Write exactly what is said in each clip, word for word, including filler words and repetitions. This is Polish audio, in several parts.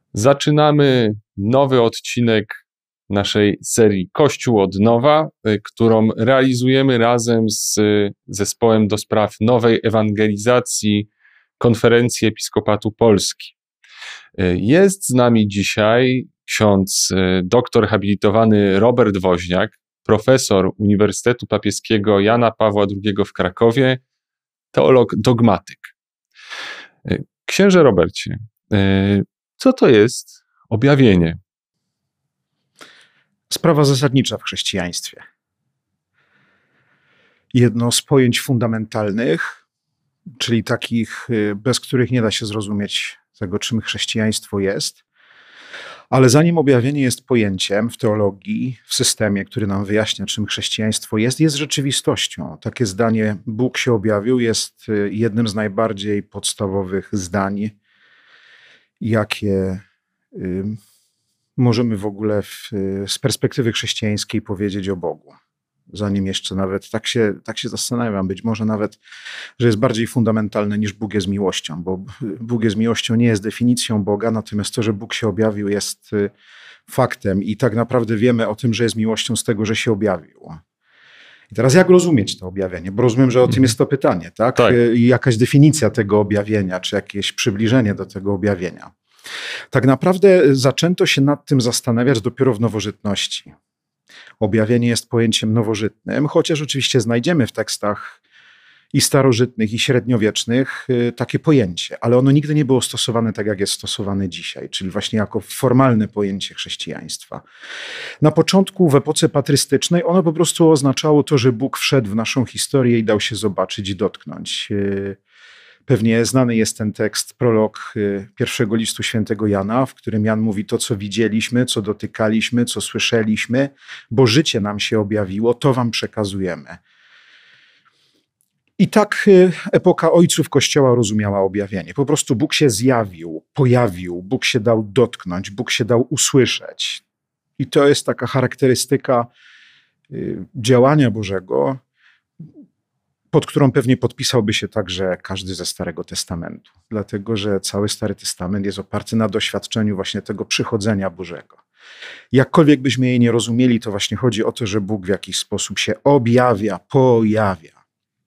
Zaczynamy nowy odcinek naszej serii Kościół od nowa, którą realizujemy razem z Zespołem do Spraw Nowej Ewangelizacji Konferencji Episkopatu Polski. Jest z nami dzisiaj ksiądz doktor habilitowany Robert Woźniak, profesor Uniwersytetu Papieskiego Jana Pawła drugiego w Krakowie, teolog dogmatyk. Księże Robercie, co to jest objawienie? Sprawa zasadnicza w chrześcijaństwie. Jedno z pojęć fundamentalnych, czyli takich, bez których nie da się zrozumieć tego, czym chrześcijaństwo jest. Ale zanim objawienie jest pojęciem w teologii, w systemie, który nam wyjaśnia, czym chrześcijaństwo jest, jest rzeczywistością. Takie zdanie Bóg się objawił jest jednym z najbardziej podstawowych zdań, jakie y, możemy w ogóle w, z perspektywy chrześcijańskiej powiedzieć o Bogu. Zanim jeszcze nawet, tak się, tak się zastanawiam, być może nawet, że jest bardziej fundamentalne niż Bóg jest miłością, bo Bóg jest miłością nie jest definicją Boga, natomiast to, że Bóg się objawił, jest faktem i tak naprawdę wiemy o tym, że jest miłością z tego, że się objawił. I teraz jak rozumieć to objawienie? Bo rozumiem, że o tym jest to pytanie, tak? Tak. I jakaś definicja tego objawienia, czy jakieś przybliżenie do tego objawienia. Tak naprawdę zaczęto się nad tym zastanawiać dopiero w nowożytności. Objawienie jest pojęciem nowożytnym, chociaż oczywiście znajdziemy w tekstach i starożytnych, i średniowiecznych takie pojęcie, ale ono nigdy nie było stosowane tak, jak jest stosowane dzisiaj, czyli właśnie jako formalne pojęcie chrześcijaństwa. Na początku, w epoce patrystycznej, ono po prostu oznaczało to, że Bóg wszedł w naszą historię i dał się zobaczyć i dotknąć. Pewnie znany jest ten tekst, prolog pierwszego listu świętego Jana, w którym Jan mówi to, co widzieliśmy, co dotykaliśmy, co słyszeliśmy, bo życie nam się objawiło, to wam przekazujemy. I tak epoka ojców Kościoła rozumiała objawienie. Po prostu Bóg się zjawił, pojawił, Bóg się dał dotknąć, Bóg się dał usłyszeć. I to jest taka charakterystyka działania Bożego, pod którą pewnie podpisałby się także każdy ze Starego Testamentu. Dlatego, że cały Stary Testament jest oparty na doświadczeniu właśnie tego przychodzenia Bożego. Jakkolwiek byśmy jej nie rozumieli, to właśnie chodzi o to, że Bóg w jakiś sposób się objawia, pojawia.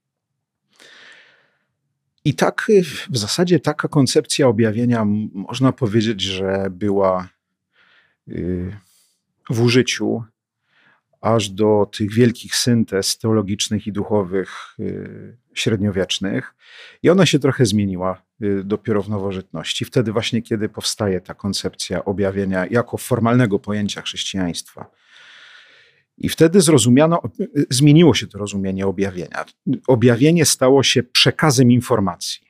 I tak w zasadzie taka koncepcja objawienia można powiedzieć, że była w użyciu aż do tych wielkich syntez teologicznych i duchowych średniowiecznych. I ona się trochę zmieniła dopiero w nowożytności. Wtedy właśnie, kiedy powstaje ta koncepcja objawienia jako formalnego pojęcia chrześcijaństwa. I wtedy zrozumiano, zmieniło się to rozumienie objawienia. Objawienie stało się przekazem informacji.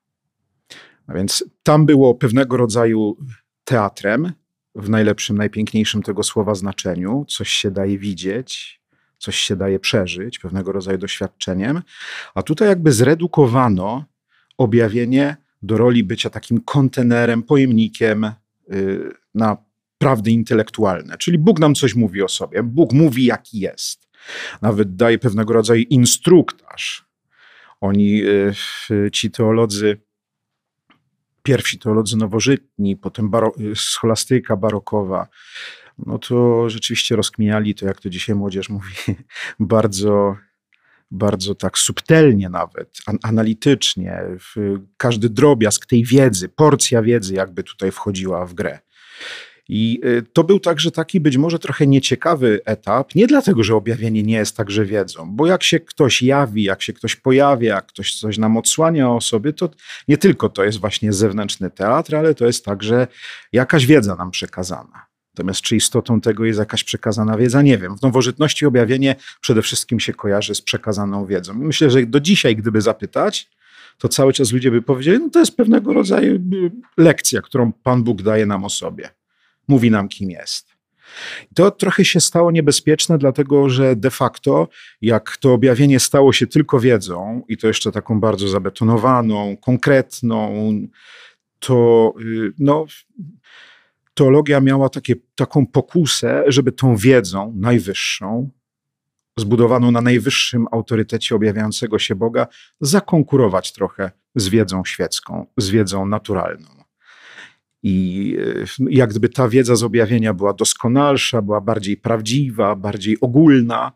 A więc tam było pewnego rodzaju teatrem, w najlepszym, najpiękniejszym tego słowa znaczeniu. Coś się daje widzieć, coś się daje przeżyć, pewnego rodzaju doświadczeniem. A tutaj jakby zredukowano objawienie do roli bycia takim kontenerem, pojemnikiem yy, na prawdy intelektualne. Czyli Bóg nam coś mówi o sobie. Bóg mówi, jaki jest. Nawet daje pewnego rodzaju instruktaż. Oni, yy, ci teolodzy, pierwsi teolodzy nowożytni, potem baro, scholastyka barokowa, no to rzeczywiście rozkminiali to, jak to dzisiaj młodzież mówi, bardzo, bardzo tak subtelnie nawet, an, analitycznie. Każdy drobiazg tej wiedzy, porcja wiedzy jakby tutaj wchodziła w grę. I to był także taki być może trochę nieciekawy etap, nie dlatego, że objawienie nie jest także wiedzą, bo jak się ktoś jawi, jak się ktoś pojawia, jak ktoś coś nam odsłania o sobie, to nie tylko to jest właśnie zewnętrzny teatr, ale to jest także jakaś wiedza nam przekazana. Natomiast czy istotą tego jest jakaś przekazana wiedza? Nie wiem. W nowożytności objawienie przede wszystkim się kojarzy z przekazaną wiedzą. Myślę, że do dzisiaj, gdyby zapytać, to cały czas ludzie by powiedzieli, no to jest pewnego rodzaju lekcja, którą Pan Bóg daje nam o sobie. Mówi nam, kim jest. To trochę się stało niebezpieczne, dlatego że de facto, jak to objawienie stało się tylko wiedzą, i to jeszcze taką bardzo zabetonowaną, konkretną, to no, teologia miała takie, taką pokusę, żeby tą wiedzą najwyższą, zbudowaną na najwyższym autorytecie objawiającego się Boga, zakonkurować trochę z wiedzą świecką, z wiedzą naturalną. I jak gdyby ta wiedza z objawienia była doskonalsza, była bardziej prawdziwa, bardziej ogólna,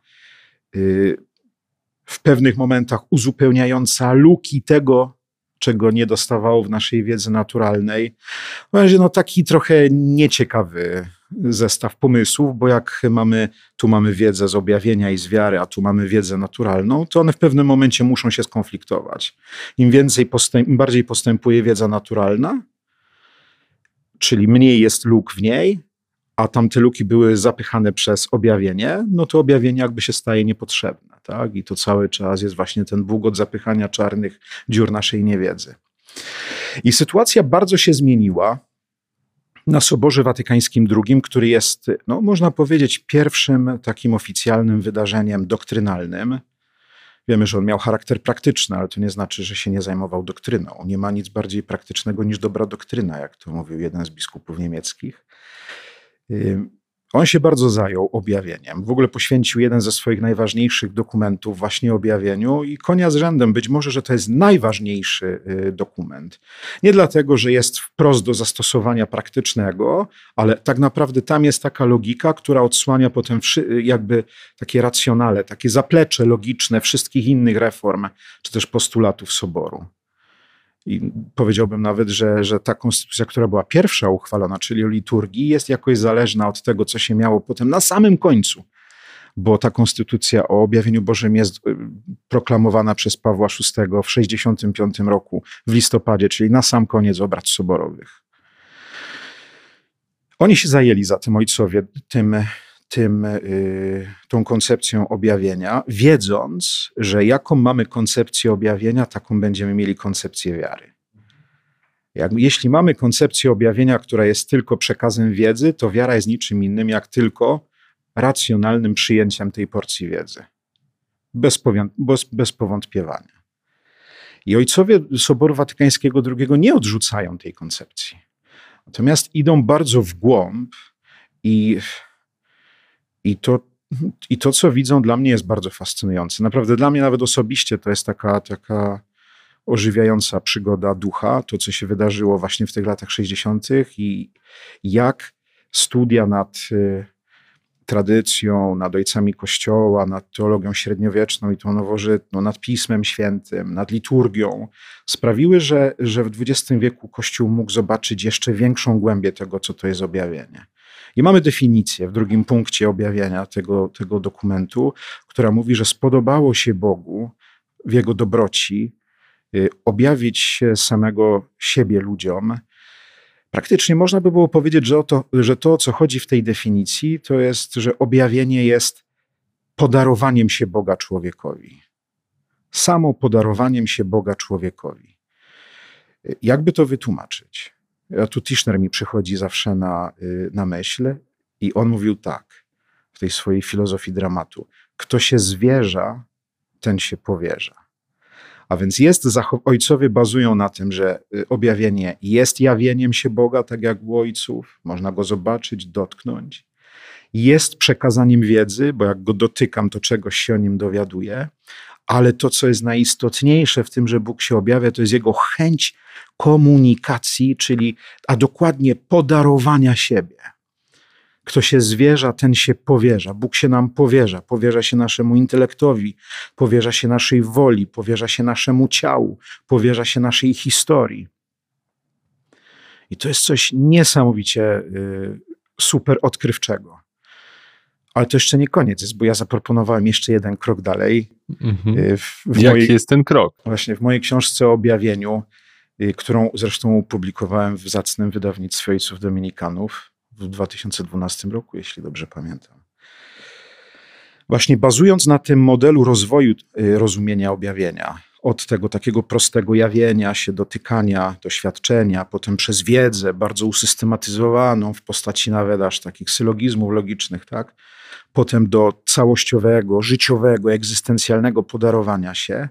w pewnych momentach uzupełniająca luki tego, czego nie dostawało w naszej wiedzy naturalnej. No taki trochę nieciekawy zestaw pomysłów, bo jak mamy, tu mamy wiedzę z objawienia i z wiary, a tu mamy wiedzę naturalną, to one w pewnym momencie muszą się skonfliktować. Im więcej postęp, im bardziej postępuje wiedza naturalna, czyli mniej jest luk w niej, a tamte luki były zapychane przez objawienie, no to objawienie jakby się staje niepotrzebne. Tak? I to cały czas jest właśnie ten długot zapychania czarnych dziur naszej niewiedzy. I sytuacja bardzo się zmieniła na Soborze Watykańskim drugim, który jest, no, można powiedzieć, pierwszym takim oficjalnym wydarzeniem doktrynalnym. Wiemy, że on miał charakter praktyczny, ale to nie znaczy, że się nie zajmował doktryną. Nie ma nic bardziej praktycznego niż dobra doktryna, jak to mówił jeden z biskupów niemieckich. On się bardzo zajął objawieniem. W ogóle poświęcił jeden ze swoich najważniejszych dokumentów właśnie objawieniu i konia z rzędem. Być może, że to jest najważniejszy dokument. Nie dlatego, że jest wprost do zastosowania praktycznego, ale tak naprawdę tam jest taka logika, która odsłania potem jakby takie racjonale, takie zaplecze logiczne wszystkich innych reform, czy też postulatów Soboru. I powiedziałbym nawet, że, że ta konstytucja, która była pierwsza uchwalona, czyli o liturgii, jest jakoś zależna od tego, co się miało potem na samym końcu. Bo ta konstytucja o objawieniu Bożym jest proklamowana przez Pawła szóstego w sześćdziesiątym piątym roku w listopadzie, czyli na sam koniec obrad soborowych. Oni się zajęli zatem, ojcowie, tym, tym, yy, tą koncepcją objawienia, wiedząc, że jaką mamy koncepcję objawienia, taką będziemy mieli koncepcję wiary. Jak, jeśli mamy koncepcję objawienia, która jest tylko przekazem wiedzy, to wiara jest niczym innym jak tylko racjonalnym przyjęciem tej porcji wiedzy. Bez, bez, bez powątpiewania. I ojcowie Soboru Watykańskiego drugiego nie odrzucają tej koncepcji. Natomiast idą bardzo w głąb i I to, I to, co widzą, dla mnie jest bardzo fascynujące. Naprawdę dla mnie nawet osobiście to jest taka, taka ożywiająca przygoda ducha, to, co się wydarzyło właśnie w tych latach sześćdziesiątych i jak studia nad y, tradycją, nad ojcami Kościoła, nad teologią średniowieczną i tą nowożytną, nad Pismem Świętym, nad liturgią sprawiły, że, że w dwudziestym wieku Kościół mógł zobaczyć jeszcze większą głębię tego, co to jest objawienie. I mamy definicję w drugim punkcie objawienia tego, tego dokumentu, która mówi, że spodobało się Bogu w Jego dobroci y, objawić samego siebie ludziom. Praktycznie można by było powiedzieć, że, o to, że to, o co chodzi w tej definicji, to jest, że objawienie jest podarowaniem się Boga człowiekowi. Samo podarowaniem się Boga człowiekowi. Jakby to wytłumaczyć? A tu Tischner mi przychodzi zawsze na, na myśl i on mówił tak w tej swojej filozofii dramatu. Kto się zwierza, ten się powierza. A więc jest, ojcowie bazują na tym, że objawienie jest jawieniem się Boga, tak jak u ojców. Można go zobaczyć, dotknąć. Jest przekazaniem wiedzy, bo jak go dotykam, to czegoś się o nim dowiaduję. Ale to, co jest najistotniejsze w tym, że Bóg się objawia, to jest jego chęć komunikacji, czyli, a dokładnie podarowania siebie. Kto się zwierza, ten się powierza. Bóg się nam powierza. Powierza się naszemu intelektowi, powierza się naszej woli, powierza się naszemu ciału, powierza się naszej historii. I to jest coś niesamowicie y, super odkrywczego. Ale to jeszcze nie koniec jest, bo ja zaproponowałem jeszcze jeden krok dalej. Mhm. W, w Jaki mojej, jest ten krok? Właśnie w mojej książce o objawieniu, y, którą zresztą opublikowałem w zacnym wydawnictwie Ojców Dominikanów w dwa tysiące dwunastym roku, jeśli dobrze pamiętam. Właśnie bazując na tym modelu rozwoju y, rozumienia objawienia, od tego takiego prostego jawienia się, dotykania, doświadczenia, potem przez wiedzę bardzo usystematyzowaną w postaci nawet aż takich sylogizmów logicznych, tak? Potem do całościowego, życiowego, egzystencjalnego podarowania się.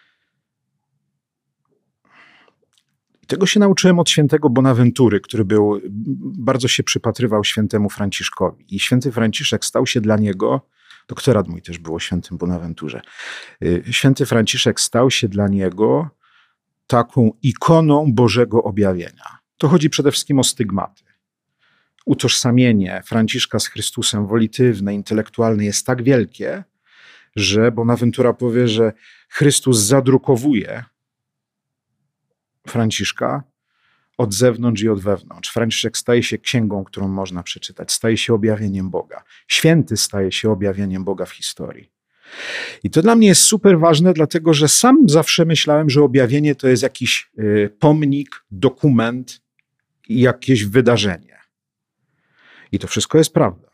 I tego się nauczyłem od świętego Bonaventury, który był, bardzo się przypatrywał świętemu Franciszkowi. I święty Franciszek stał się dla niego, doktorat mój też było o świętym Bonaventurze, święty Franciszek stał się dla niego taką ikoną Bożego objawienia. to chodzi przede wszystkim o stygmaty. Utożsamienie Franciszka z Chrystusem wolitywne, intelektualne jest tak wielkie, że Bonaventura powie, że Chrystus zadrukowuje Franciszka od zewnątrz i od wewnątrz. Franciszek staje się księgą, którą można przeczytać, staje się objawieniem Boga. Święty staje się objawieniem Boga w historii. I to dla mnie jest super ważne, dlatego że sam zawsze myślałem, że objawienie to jest jakiś y, pomnik, dokument i jakieś wydarzenie. I to wszystko jest prawda.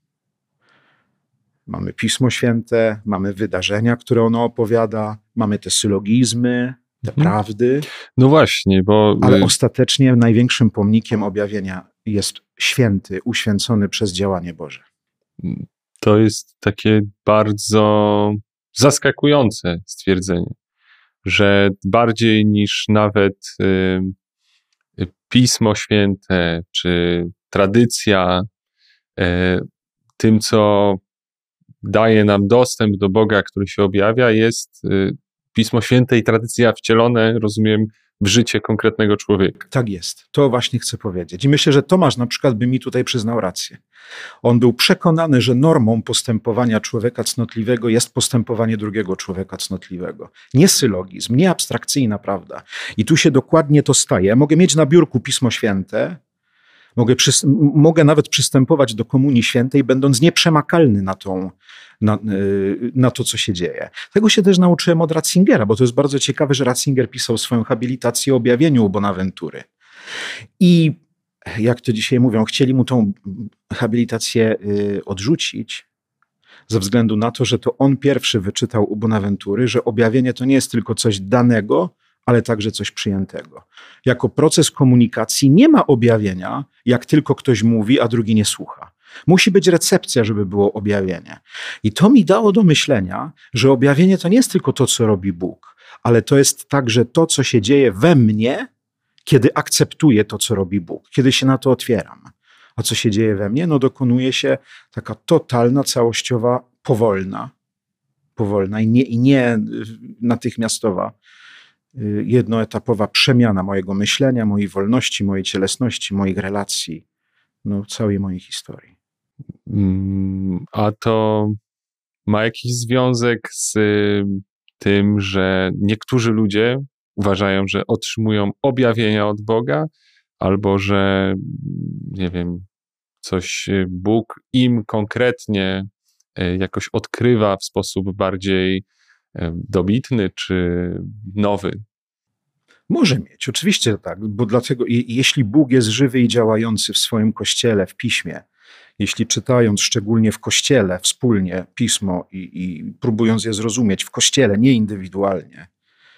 Mamy Pismo Święte, mamy wydarzenia, które ono opowiada, mamy te sylogizmy, te hmm. prawdy. No właśnie, bo... Ale ostatecznie największym pomnikiem objawienia jest święty, uświęcony przez działanie Boże. To jest takie bardzo zaskakujące stwierdzenie, że bardziej niż nawet y, Pismo Święte czy tradycja, y, tym co daje nam dostęp do Boga, który się objawia, jest y, Pismo Święte i tradycja wcielone, rozumiem, w życie konkretnego człowieka. Tak jest. To właśnie chcę powiedzieć. I myślę, że Tomasz na przykład by mi tutaj przyznał rację. On był przekonany, że normą postępowania człowieka cnotliwego jest postępowanie drugiego człowieka cnotliwego. Nie sylogizm, nie abstrakcyjna prawda. I tu się dokładnie to staje. Ja mogę mieć na biurku Pismo Święte, mogę, przy, mogę nawet przystępować do Komunii Świętej, będąc nieprzemakalny na, tą, na, na to, co się dzieje. Tego się też nauczyłem od Ratzingera, bo to jest bardzo ciekawe, że Ratzinger pisał swoją habilitację o objawieniu u Bonaventury. I jak to dzisiaj mówią, chcieli mu tą habilitację odrzucić ze względu na to, że to on pierwszy wyczytał u Bonaventury, że objawienie to nie jest tylko coś danego, ale także coś przyjętego. Jako proces komunikacji nie ma objawienia, jak tylko ktoś mówi, a drugi nie słucha. Musi być recepcja, żeby było objawienie. I to mi dało do myślenia, że objawienie to nie jest tylko to, co robi Bóg, ale to jest także to, co się dzieje we mnie, kiedy akceptuję to, co robi Bóg, kiedy się na to otwieram. A co się dzieje we mnie? No dokonuje się taka totalna, całościowa, powolna, powolna i nie, i nie natychmiastowa, jednoetapowa przemiana mojego myślenia, mojej wolności, mojej cielesności, moich relacji, no całej mojej historii. A to ma jakiś związek z tym, że niektórzy ludzie uważają, że otrzymują objawienia od Boga, albo że, nie wiem, coś Bóg im konkretnie jakoś odkrywa w sposób bardziej dobitny czy nowy? Może mieć, oczywiście tak, bo dlatego, jeśli Bóg jest żywy i działający w swoim Kościele, w Piśmie, jeśli czytając szczególnie w Kościele wspólnie Pismo i, i próbując je zrozumieć w Kościele, nie indywidualnie,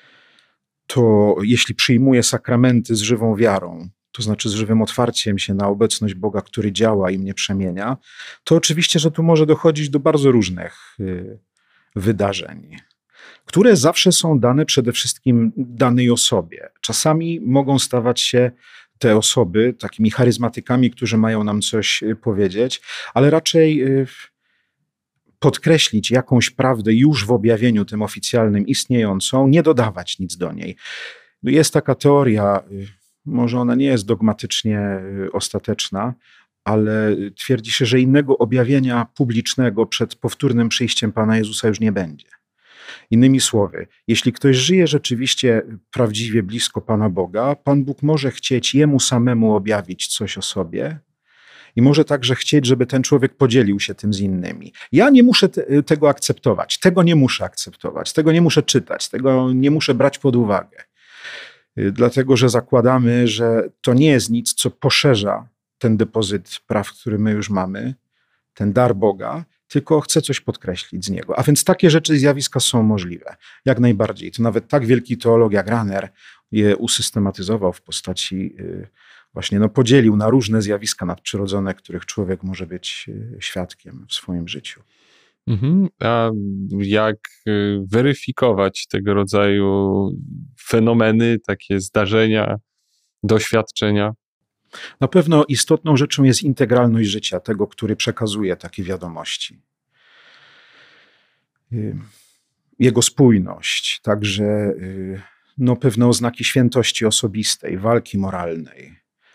to jeśli przyjmuje sakramenty z żywą wiarą, to znaczy z żywym otwarciem się na obecność Boga, który działa i mnie przemienia, to oczywiście, że tu może dochodzić do bardzo różnych y, wydarzeń, które zawsze są dane przede wszystkim danej osobie. Czasami mogą stawać się te osoby takimi charyzmatykami, którzy mają nam coś powiedzieć, ale raczej podkreślić jakąś prawdę już w objawieniu tym oficjalnym istniejącą, nie dodawać nic do niej. Jest taka teoria, może ona nie jest dogmatycznie ostateczna, ale twierdzi się, że innego objawienia publicznego przed powtórnym przyjściem Pana Jezusa już nie będzie. Innymi słowy, jeśli ktoś żyje rzeczywiście prawdziwie blisko Pana Boga, Pan Bóg może chcieć Jemu samemu objawić coś o sobie i może także chcieć, żeby ten człowiek podzielił się tym z innymi. Ja nie muszę te, tego akceptować, tego nie muszę akceptować, tego nie muszę czytać, tego nie muszę brać pod uwagę. Dlatego, że zakładamy, że to nie jest nic, co poszerza ten depozyt praw, który my już mamy, ten dar Boga, tylko chcę coś podkreślić z niego. A więc takie rzeczy, zjawiska są możliwe. Jak najbardziej. To nawet tak wielki teolog jak Rahner je usystematyzował w postaci, właśnie no, podzielił na różne zjawiska nadprzyrodzone, których człowiek może być świadkiem w swoim życiu. Mhm. A jak weryfikować tego rodzaju fenomeny, takie zdarzenia, doświadczenia? Na pewno istotną rzeczą jest integralność życia tego, który przekazuje takie wiadomości. Jego spójność, także no, pewne oznaki świętości osobistej, walki moralnej,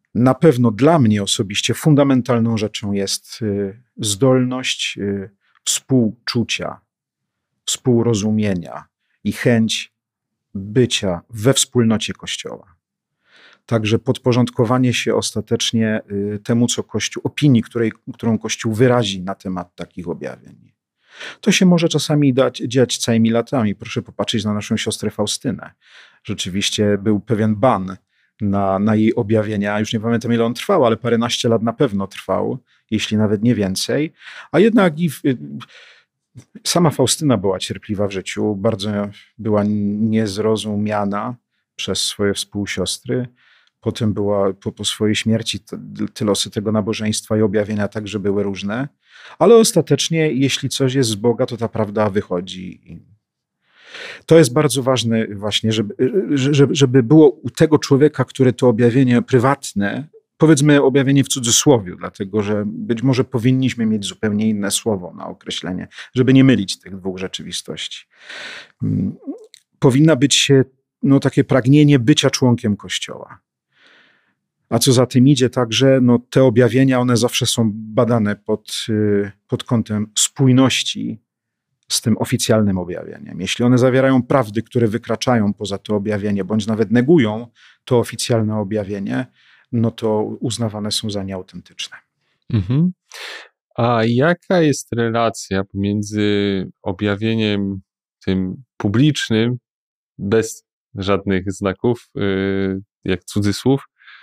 Na pewno dla mnie osobiście fundamentalną rzeczą jest zdolność współczucia, współrozumienia i chęć bycia we wspólnocie Kościoła. Także podporządkowanie się ostatecznie temu, co Kościół, opinii, której, którą Kościół wyrazi na temat takich objawień. To się może czasami dać, dziać całymi latami. Proszę popatrzeć na naszą siostrę Faustynę. Rzeczywiście był pewien ban na, na jej objawienia. Już nie pamiętam, ile on trwał, ale paręnaście lat na pewno trwał, jeśli nawet nie więcej. A jednak i w, sama Faustyna była cierpliwa w życiu, bardzo była niezrozumiana przez swoje współsiostry. Potem była po, po swojej śmierci te, te losy tego nabożeństwa i objawienia także były różne. Ale ostatecznie, jeśli coś jest z Boga, to ta prawda wychodzi. To jest bardzo ważne właśnie, żeby, żeby, żeby było u tego człowieka, który to objawienie prywatne, powiedzmy objawienie w cudzysłowie, dlatego że być może powinniśmy mieć zupełnie inne słowo na określenie, żeby nie mylić tych dwóch rzeczywistości. Powinna być no, takie pragnienie bycia członkiem Kościoła. A co za tym idzie także, no, te objawienia, one zawsze są badane pod, pod kątem spójności z tym oficjalnym objawieniem. Jeśli one zawierają prawdy, które wykraczają poza to objawienie, bądź nawet negują to oficjalne objawienie, no to uznawane są za nieautentyczne. Mhm. A jaka jest relacja pomiędzy objawieniem tym publicznym, bez żadnych znaków, jak cudzysłów,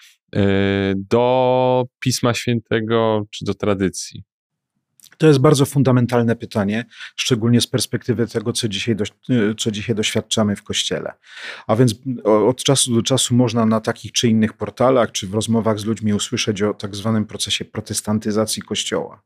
do Pisma Świętego czy do tradycji? To jest bardzo fundamentalne pytanie, szczególnie z perspektywy tego, co dzisiaj, do, co dzisiaj doświadczamy w Kościele. A więc od czasu do czasu można na takich czy innych portalach, czy w rozmowach z ludźmi usłyszeć o tak zwanym procesie protestantyzacji Kościoła.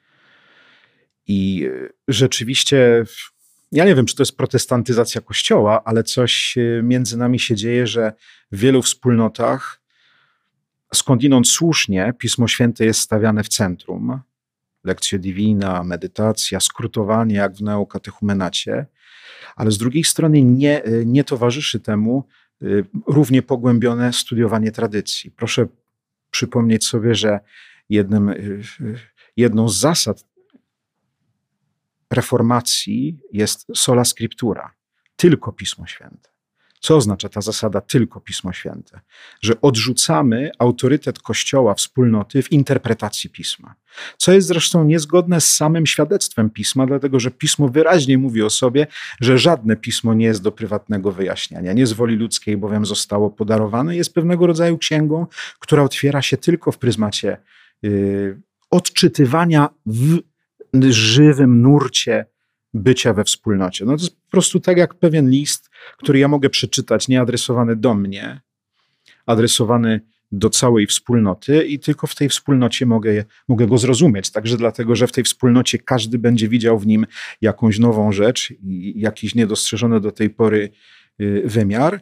I rzeczywiście, ja nie wiem, czy to jest protestantyzacja Kościoła, ale coś między nami się dzieje, że w wielu wspólnotach skądinąd słusznie Pismo Święte jest stawiane w centrum. Lekcja divina, medytacja, skrótowanie jak w neokatechumenacie, ale z drugiej strony nie, nie towarzyszy temu równie pogłębione studiowanie tradycji. Proszę przypomnieć sobie, że jednym, jedną z zasad reformacji jest sola scriptura, tylko Pismo Święte. Co oznacza ta zasada tylko Pismo Święte? Że odrzucamy autorytet Kościoła, wspólnoty w interpretacji Pisma. Co jest zresztą niezgodne z samym świadectwem Pisma, dlatego że Pismo wyraźnie mówi o sobie, że żadne Pismo nie jest do prywatnego wyjaśniania. Nie z woli ludzkiej, bowiem zostało podarowane. Jest pewnego rodzaju księgą, która otwiera się tylko w pryzmacie yy, odczytywania w żywym nurcie bycia we wspólnocie. No to jest po prostu tak jak pewien list, który ja mogę przeczytać, nie adresowany do mnie, adresowany do całej wspólnoty i tylko w tej wspólnocie mogę, mogę go zrozumieć. Także dlatego, że w tej wspólnocie każdy będzie widział w nim jakąś nową rzecz i jakiś niedostrzeżony do tej pory wymiar.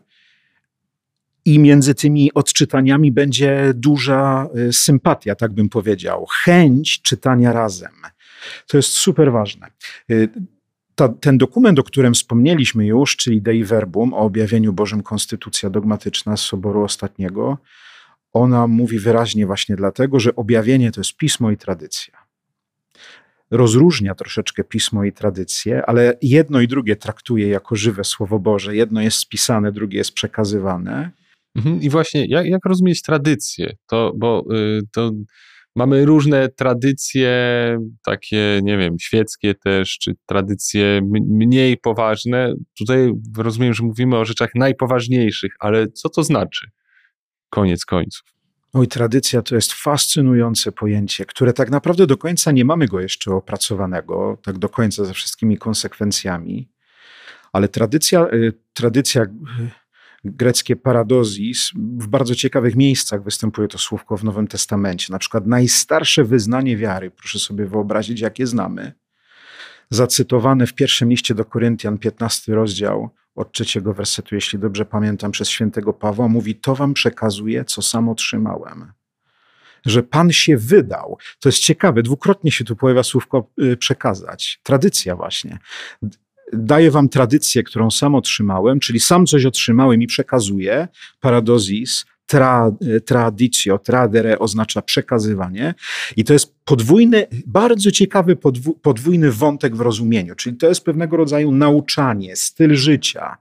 I między tymi odczytaniami będzie duża sympatia, tak bym powiedział. Chęć czytania razem. To jest super ważne. Ta, ten dokument, o którym wspomnieliśmy już, czyli Dei Verbum, o objawieniu Bożym Konstytucja Dogmatyczna z Soboru Ostatniego, ona mówi wyraźnie właśnie dlatego, że objawienie to jest pismo i tradycja. Rozróżnia troszeczkę pismo i tradycję, ale jedno i drugie traktuje jako żywe Słowo Boże. Jedno jest spisane, drugie jest przekazywane. Mhm. I właśnie, jak, jak rozumieć tradycję? To, bo y, to... Mamy różne tradycje, takie, nie wiem, świeckie też, czy tradycje mniej poważne. Tutaj rozumiem, że mówimy o rzeczach najpoważniejszych, ale co to znaczy? Koniec końców. Oj, tradycja to jest fascynujące pojęcie, które tak naprawdę do końca nie mamy go jeszcze opracowanego, tak do końca ze wszystkimi konsekwencjami, ale tradycja, tradycja greckie paradozis, w bardzo ciekawych miejscach występuje to słówko w Nowym Testamencie. Na przykład najstarsze wyznanie wiary, proszę sobie wyobrazić, jakie znamy, zacytowane w pierwszym liście do Koryntian, piętnasty rozdział, od trzeciego wersetu, jeśli dobrze pamiętam, przez świętego Pawła, mówi: to wam przekazuję, co sam otrzymałem. Że Pan się wydał. To jest ciekawe, dwukrotnie się tu pojawia słówko przekazać. Tradycja właśnie. Daję wam tradycję, którą sam otrzymałem, czyli sam coś otrzymałem i przekazuję, paradozis, Tra, traditio, tradere oznacza przekazywanie i to jest podwójny, bardzo ciekawy podwó, podwójny wątek w rozumieniu, czyli to jest pewnego rodzaju nauczanie, styl życia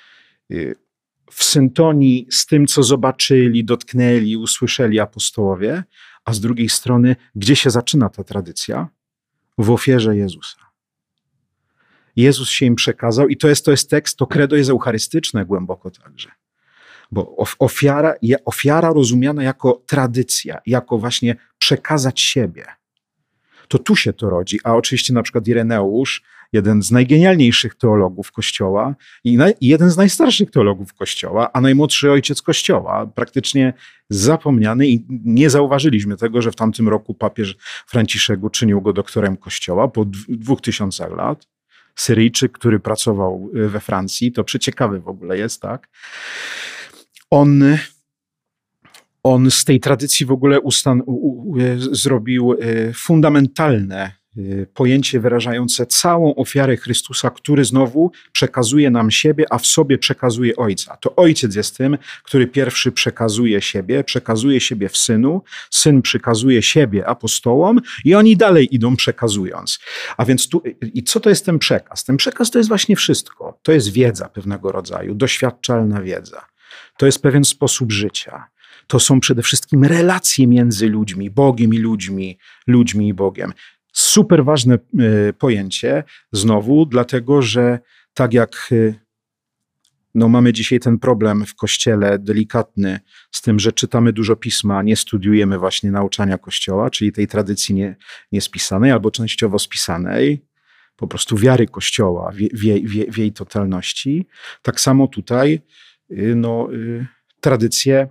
w syntonii z tym, co zobaczyli, dotknęli, usłyszeli apostołowie, a z drugiej strony, gdzie się zaczyna ta tradycja? W ofierze Jezusa. Jezus się im przekazał i to jest, to jest tekst, to credo jest eucharystyczne głęboko także. Bo ofiara, ofiara rozumiana jako tradycja, jako właśnie przekazać siebie. To tu się to rodzi, a oczywiście na przykład Ireneusz, jeden z najgenialniejszych teologów Kościoła i, naj, i jeden z najstarszych teologów Kościoła, a najmłodszy ojciec Kościoła, praktycznie zapomniany i nie zauważyliśmy tego, że w tamtym roku papież Franciszek uczynił go doktorem Kościoła po dwóch tysiącach lat. Syryjczyk, który pracował we Francji, to przeciekawy w ogóle jest, tak? On, on z tej tradycji w ogóle ustan, u, u, zrobił fundamentalne pojęcie wyrażające całą ofiarę Chrystusa, który znowu przekazuje nam siebie, a w sobie przekazuje Ojca. To Ojciec jest tym, który pierwszy przekazuje siebie, przekazuje siebie w Synu, Syn przekazuje siebie apostołom i oni dalej idą przekazując. A więc tu, i co to jest ten przekaz? Ten przekaz to jest właśnie wszystko. To jest wiedza pewnego rodzaju, doświadczalna wiedza. To jest pewien sposób życia. To są przede wszystkim relacje między ludźmi, Bogiem i ludźmi, ludźmi i Bogiem. Super ważne pojęcie, znowu, dlatego że tak jak no, mamy dzisiaj ten problem w Kościele delikatny z tym, że czytamy dużo pisma, nie studiujemy właśnie nauczania Kościoła, czyli tej tradycji nie, niespisanej albo częściowo spisanej, po prostu wiary Kościoła w, w, w, w jej totalności. Tak samo tutaj no, tradycję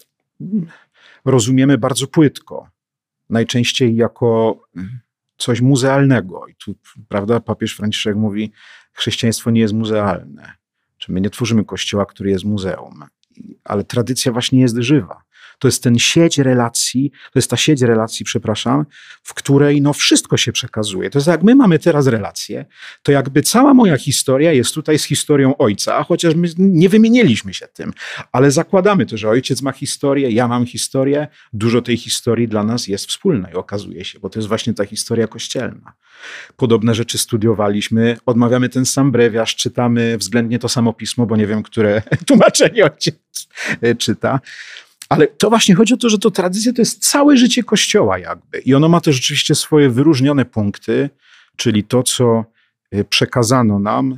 rozumiemy bardzo płytko. Najczęściej jako coś muzealnego. I tu, prawda, papież Franciszek mówi, chrześcijaństwo nie jest muzealne. Czy my nie tworzymy kościoła, który jest muzeum. Ale tradycja właśnie jest żywa. To jest ten sieć relacji, to jest ta sieć relacji, przepraszam, w której no wszystko się przekazuje. To jest jak my mamy teraz relacje, to jakby cała moja historia jest tutaj z historią ojca, chociaż my nie wymieniliśmy się tym, ale zakładamy to, że ojciec ma historię, ja mam historię, dużo tej historii dla nas jest wspólnej, okazuje się, bo to jest właśnie ta historia kościelna. Podobne rzeczy studiowaliśmy, odmawiamy ten sam brewiarz, czytamy względnie to samo pismo, bo nie wiem, które tłumaczenie ojciec czyta. Ale to właśnie chodzi o to, że to tradycja to jest całe życie Kościoła jakby. I ono ma też rzeczywiście swoje wyróżnione punkty, czyli to, co przekazano nam,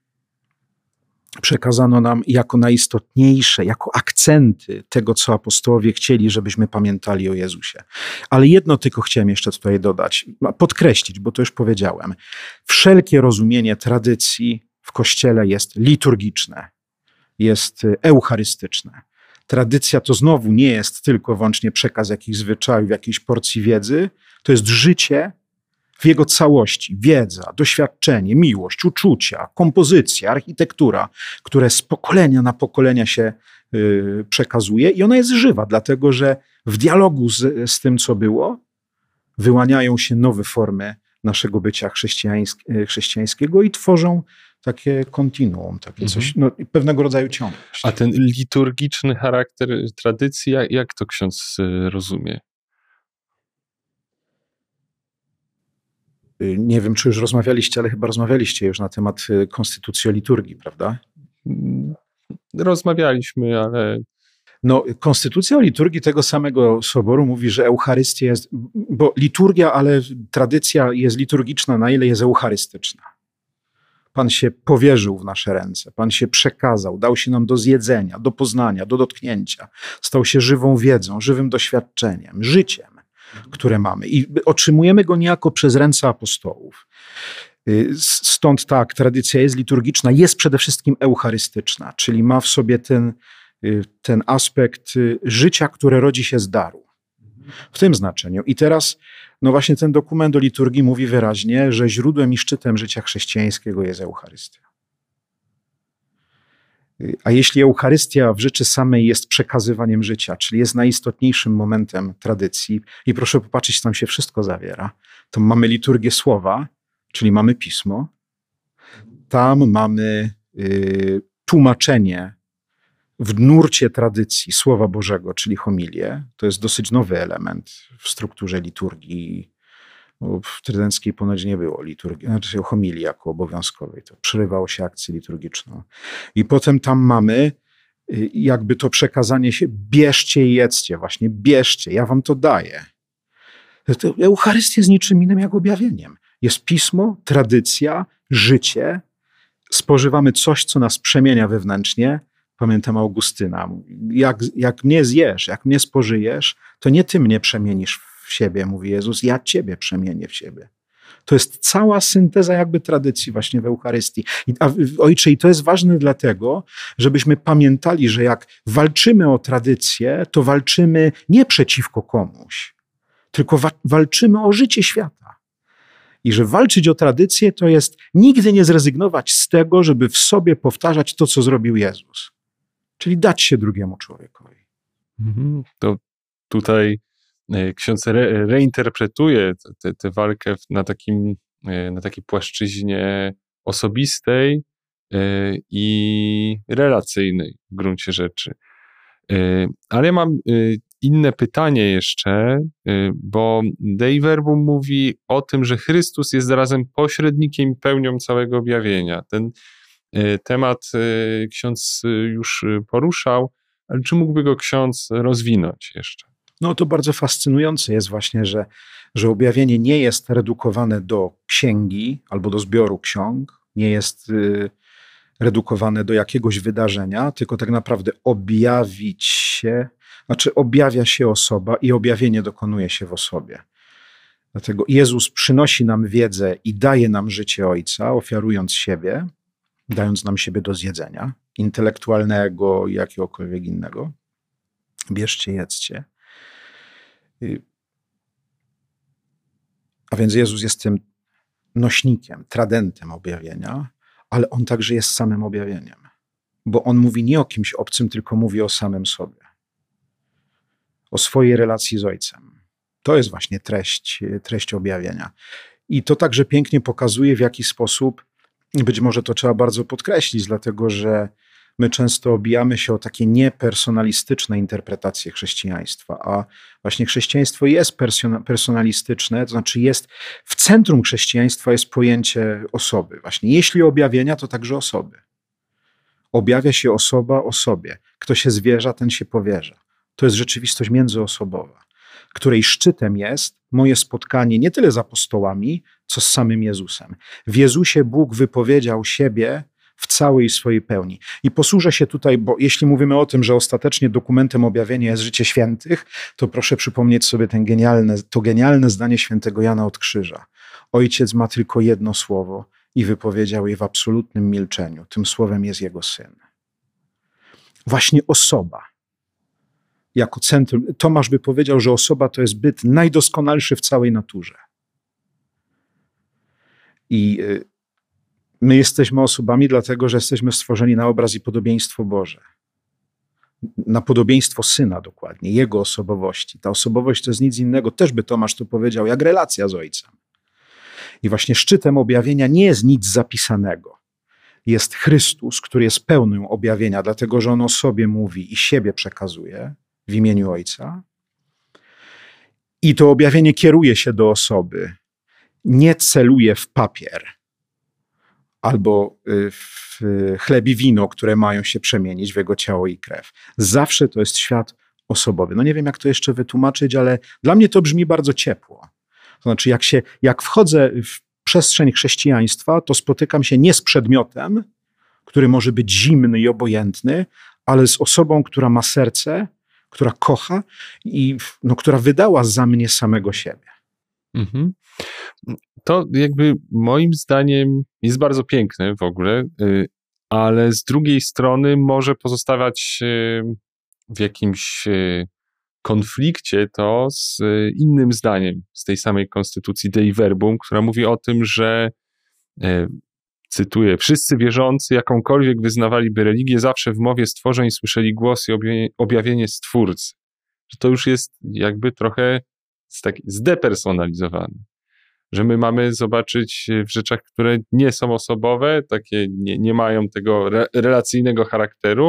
przekazano nam jako najistotniejsze, jako akcenty tego, co apostołowie chcieli, żebyśmy pamiętali o Jezusie. Ale jedno tylko chciałem jeszcze tutaj dodać, podkreślić, bo to już powiedziałem. Wszelkie rozumienie tradycji w Kościele jest liturgiczne, jest eucharystyczne. Tradycja to znowu nie jest tylko wyłącznie przekaz jakichś zwyczajów, jakiejś porcji wiedzy. To jest życie w jego całości. Wiedza, doświadczenie, miłość, uczucia, kompozycja, architektura, które z pokolenia na pokolenia się y, przekazuje i ona jest żywa, dlatego że w dialogu z, z tym, co było, wyłaniają się nowe formy naszego bycia chrześcijańsk, chrześcijańskiego i tworzą takie kontinuum, takie coś, no, pewnego rodzaju ciągłość. A ten liturgiczny charakter tradycji, jak, jak to ksiądz rozumie? Nie wiem, czy już rozmawialiście, ale chyba rozmawialiście już na temat konstytucji o liturgii, prawda? Rozmawialiśmy, ale... No, konstytucja o liturgii tego samego soboru mówi, że Eucharystia jest, bo liturgia, ale tradycja jest liturgiczna, na ile jest eucharystyczna. Pan się powierzył w nasze ręce, Pan się przekazał, dał się nam do zjedzenia, do poznania, do dotknięcia. Stał się żywą wiedzą, żywym doświadczeniem, życiem, które mamy. I otrzymujemy go niejako przez ręce apostołów. Stąd tak, tradycja jest liturgiczna, jest przede wszystkim eucharystyczna, czyli ma w sobie ten, ten aspekt życia, które rodzi się z daru. W tym znaczeniu. I teraz no właśnie ten dokument o liturgii mówi wyraźnie, że źródłem i szczytem życia chrześcijańskiego jest Eucharystia. A jeśli Eucharystia w rzeczy samej jest przekazywaniem życia, czyli jest najistotniejszym momentem tradycji, i proszę popatrzeć, tam się wszystko zawiera, to mamy liturgię słowa, czyli mamy pismo, tam mamy y, tłumaczenie w nurcie tradycji Słowa Bożego, czyli homilię. To jest dosyć nowy element w strukturze liturgii. W trydenckiej ponoć nie było liturgii, znaczy homilii jako obowiązkowej. To przerywało się akcję liturgiczną. I potem tam mamy jakby to przekazanie się, bierzcie i jedzcie, właśnie bierzcie, ja wam to daję. To Eucharystia jest niczym innym jak objawieniem. Jest pismo, tradycja, życie. Spożywamy coś, co nas przemienia wewnętrznie. Pamiętam Augustyna. Jak, jak mnie zjesz, jak mnie spożyjesz, to nie ty mnie przemienisz w siebie, mówi Jezus, ja ciebie przemienię w siebie. To jest cała synteza jakby tradycji właśnie w Eucharystii. I, a, ojcze, i to jest ważne dlatego, żebyśmy pamiętali, że jak walczymy o tradycję, to walczymy nie przeciwko komuś, tylko wa- walczymy o życie świata. I że walczyć o tradycję to jest nigdy nie zrezygnować z tego, żeby w sobie powtarzać to, co zrobił Jezus. Czyli dać się drugiemu człowiekowi. Mhm. To tutaj ksiądz re, reinterpretuje tę walkę na, takim, na takiej płaszczyźnie osobistej i relacyjnej w gruncie rzeczy. Ale ja mam inne pytanie jeszcze, bo Dei Verbum mówi o tym, że Chrystus jest zarazem pośrednikiem i pełnią całego objawienia. Ten temat ksiądz już poruszał, ale czy mógłby go ksiądz rozwinąć jeszcze? No to bardzo fascynujące jest właśnie, że, że objawienie nie jest redukowane do księgi albo do zbioru ksiąg, nie jest y, redukowane do jakiegoś wydarzenia, tylko tak naprawdę objawić się, znaczy objawia się osoba i objawienie dokonuje się w osobie. Dlatego Jezus przynosi nam wiedzę i daje nam życie Ojca, ofiarując siebie, dając nam siebie do zjedzenia, intelektualnego i jakiegokolwiek innego. Bierzcie, jedzcie. A więc Jezus jest tym nośnikiem, tradentem objawienia, ale On także jest samym objawieniem. Bo On mówi nie o kimś obcym, tylko mówi o samym sobie. O swojej relacji z Ojcem. To jest właśnie treść, treść objawienia. I to także pięknie pokazuje, w jaki sposób, być może to trzeba bardzo podkreślić, dlatego że my często obijamy się o takie niepersonalistyczne interpretacje chrześcijaństwa, a właśnie chrześcijaństwo jest personalistyczne, to znaczy jest w centrum chrześcijaństwa jest pojęcie osoby. Właśnie jeśli objawienia, to także osoby. Objawia się osoba osobie. Kto się zwierza, ten się powierza. To jest rzeczywistość międzyosobowa, której szczytem jest moje spotkanie nie tyle z apostołami, co z samym Jezusem. W Jezusie Bóg wypowiedział siebie w całej swojej pełni. I posłużę się tutaj, bo jeśli mówimy o tym, że ostatecznie dokumentem objawienia jest życie świętych, to proszę przypomnieć sobie ten genialne, to genialne zdanie świętego Jana od Krzyża. Ojciec ma tylko jedno słowo i wypowiedział je w absolutnym milczeniu. Tym słowem jest Jego Syn. Właśnie osoba. Jako centrum. Tomasz by powiedział, że osoba to jest byt najdoskonalszy w całej naturze. I my jesteśmy osobami dlatego, że jesteśmy stworzeni na obraz i podobieństwo Boże. Na podobieństwo Syna dokładnie, Jego osobowości. Ta osobowość to jest nic innego, też by Tomasz tu powiedział, jak relacja z Ojcem. I właśnie szczytem objawienia nie jest nic zapisanego. Jest Chrystus, który jest pełnym objawienia, dlatego że On o sobie mówi i siebie przekazuje w imieniu Ojca. I to objawienie kieruje się do osoby, nie celuje w papier, albo w chleb i wino, które mają się przemienić w Jego ciało i krew. Zawsze to jest świat osobowy. No nie wiem, jak to jeszcze wytłumaczyć, ale dla mnie to brzmi bardzo ciepło. To znaczy, jak, się, jak wchodzę w przestrzeń chrześcijaństwa, to spotykam się nie z przedmiotem, który może być zimny i obojętny, ale z osobą, która ma serce, która kocha i no, która wydała za mnie samego siebie. Mhm. To jakby moim zdaniem jest bardzo piękne w ogóle, ale z drugiej strony może pozostawać w jakimś konflikcie to z innym zdaniem z tej samej konstytucji Dei Verbum, która mówi o tym, że, cytuję, wszyscy wierzący, jakąkolwiek wyznawaliby religię, zawsze w mowie stworzeń słyszeli głos i objawienie Stwórcy. Że to już jest jakby trochę zdepersonalizowane. Że my mamy zobaczyć w rzeczach, które nie są osobowe, takie nie, nie mają tego re, relacyjnego charakteru,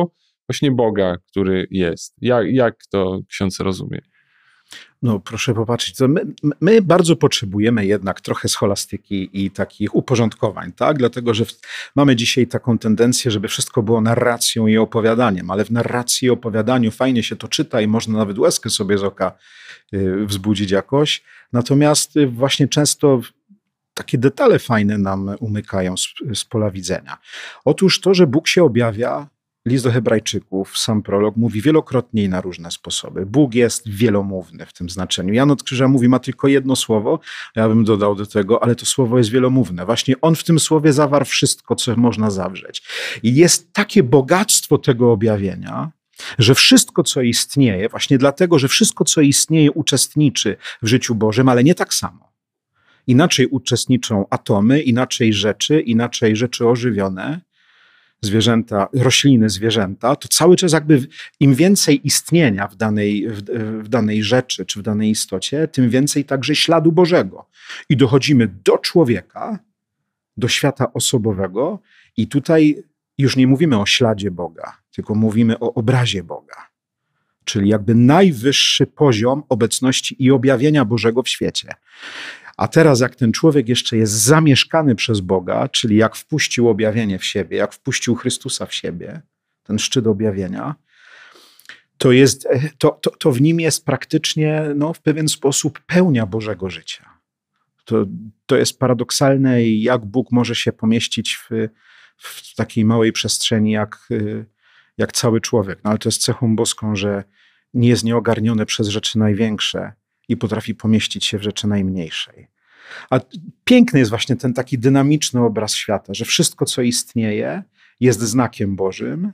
właśnie Boga, który jest. Jak, jak to ksiądz rozumie? No proszę popatrzeć, to my, my bardzo potrzebujemy jednak trochę scholastyki i takich uporządkowań, tak? Dlatego, że w, mamy dzisiaj taką tendencję, żeby wszystko było narracją i opowiadaniem, ale w narracji i opowiadaniu fajnie się to czyta i można nawet łezkę sobie z oka y, wzbudzić jakoś. Natomiast y, właśnie często takie detale fajne nam umykają z, z pola widzenia. Otóż to, że Bóg się objawia, list do Hebrajczyków, sam prolog, mówi wielokrotnie i na różne sposoby. Bóg jest wielomówny w tym znaczeniu. Jan od Krzyża mówi, ma tylko jedno słowo, ja bym dodał do tego, ale to słowo jest wielomówne. Właśnie on w tym słowie zawarł wszystko, co można zawrzeć. I jest takie bogactwo tego objawienia, że wszystko, co istnieje, właśnie dlatego, że wszystko, co istnieje, uczestniczy w życiu Bożym, ale nie tak samo. Inaczej uczestniczą atomy, inaczej rzeczy, inaczej rzeczy ożywione, zwierzęta, rośliny, zwierzęta, to cały czas jakby im więcej istnienia w danej, w, w danej rzeczy czy w danej istocie, tym więcej także śladu Bożego. I dochodzimy do człowieka, do świata osobowego i tutaj już nie mówimy o śladzie Boga, tylko mówimy o obrazie Boga. Czyli jakby najwyższy poziom obecności i objawienia Bożego w świecie. A teraz jak ten człowiek jeszcze jest zamieszkany przez Boga, czyli jak wpuścił objawienie w siebie, jak wpuścił Chrystusa w siebie, ten szczyt objawienia, to, jest, to, to, to w nim jest praktycznie no, w pewien sposób pełnia Bożego życia. To, to jest paradoksalne, jak Bóg może się pomieścić w, w takiej małej przestrzeni jak, jak cały człowiek. No, ale to jest cechą boską, że nie jest nieogarniony przez rzeczy największe, i potrafi pomieścić się w rzeczy najmniejszej. A piękny jest właśnie ten taki dynamiczny obraz świata, że wszystko, co istnieje, jest znakiem Bożym,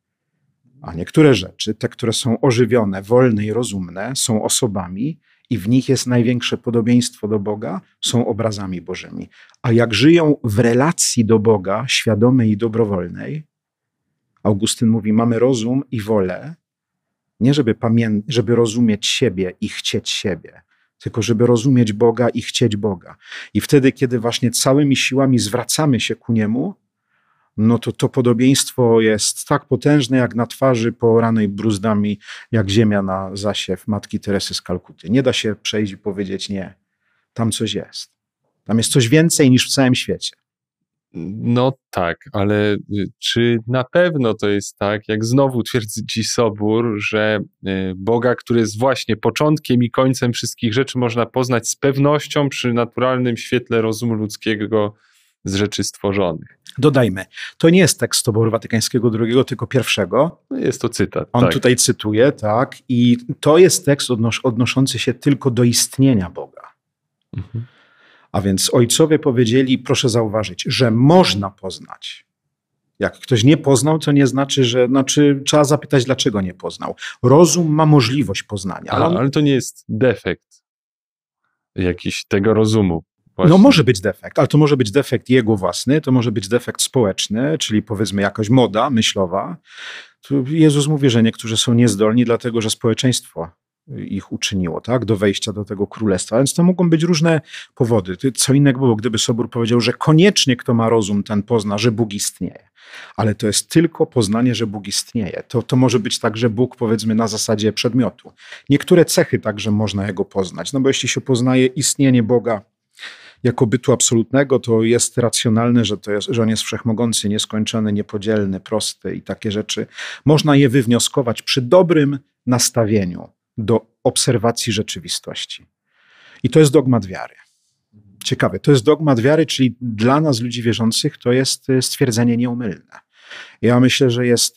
a niektóre rzeczy, te, które są ożywione, wolne i rozumne, są osobami i w nich jest największe podobieństwo do Boga, są obrazami Bożymi. A jak żyją w relacji do Boga, świadomej i dobrowolnej, Augustyn mówi, mamy rozum i wolę, nie żeby, pamię- żeby rozumieć siebie i chcieć siebie, tylko żeby rozumieć Boga i chcieć Boga. I wtedy, kiedy właśnie całymi siłami zwracamy się ku Niemu, no to to podobieństwo jest tak potężne, jak na twarzy pooranej bruzdami, jak ziemia na zasiew Matki Teresy z Kalkuty. Nie da się przejść i powiedzieć nie. Tam coś jest. Tam jest coś więcej niż w całym świecie. No tak, ale czy na pewno to jest tak, jak znowu twierdzi Sobór, że Boga, który jest właśnie początkiem i końcem wszystkich rzeczy, można poznać z pewnością przy naturalnym świetle rozumu ludzkiego z rzeczy stworzonych? Dodajmy, to nie jest tekst Soboru Watykańskiego drugiego, tylko pierwszego. No jest to cytat. On tak. tutaj cytuje, tak, i to jest tekst odnos- odnoszący się tylko do istnienia Boga. Mhm. A więc ojcowie powiedzieli, proszę zauważyć, że można poznać. Jak ktoś nie poznał, to nie znaczy, że znaczy, trzeba zapytać, dlaczego nie poznał. Rozum ma możliwość poznania. Ale, on... ale to nie jest defekt jakiś tego rozumu. Właśnie. No może być defekt, ale to może być defekt jego własny, to może być defekt społeczny, czyli powiedzmy jakaś moda myślowa. Tu Jezus mówi, że niektórzy są niezdolni, dlatego że społeczeństwo ich uczyniło, tak, do wejścia do tego królestwa. Więc to mogą być różne powody. Co innego było, gdyby Sobór powiedział, że koniecznie kto ma rozum, ten pozna, że Bóg istnieje. Ale to jest tylko poznanie, że Bóg istnieje. To, to może być także Bóg, powiedzmy, na zasadzie przedmiotu. Niektóre cechy także można Jego poznać, no bo jeśli się poznaje istnienie Boga jako bytu absolutnego, to jest racjonalne, że, to jest, że On jest wszechmogący, nieskończony, niepodzielny, prosty i takie rzeczy. Można je wywnioskować przy dobrym nastawieniu do obserwacji rzeczywistości. I to jest dogmat wiary. Ciekawe, to jest dogmat wiary, czyli dla nas, ludzi wierzących, to jest stwierdzenie nieomylne. Ja myślę, że jest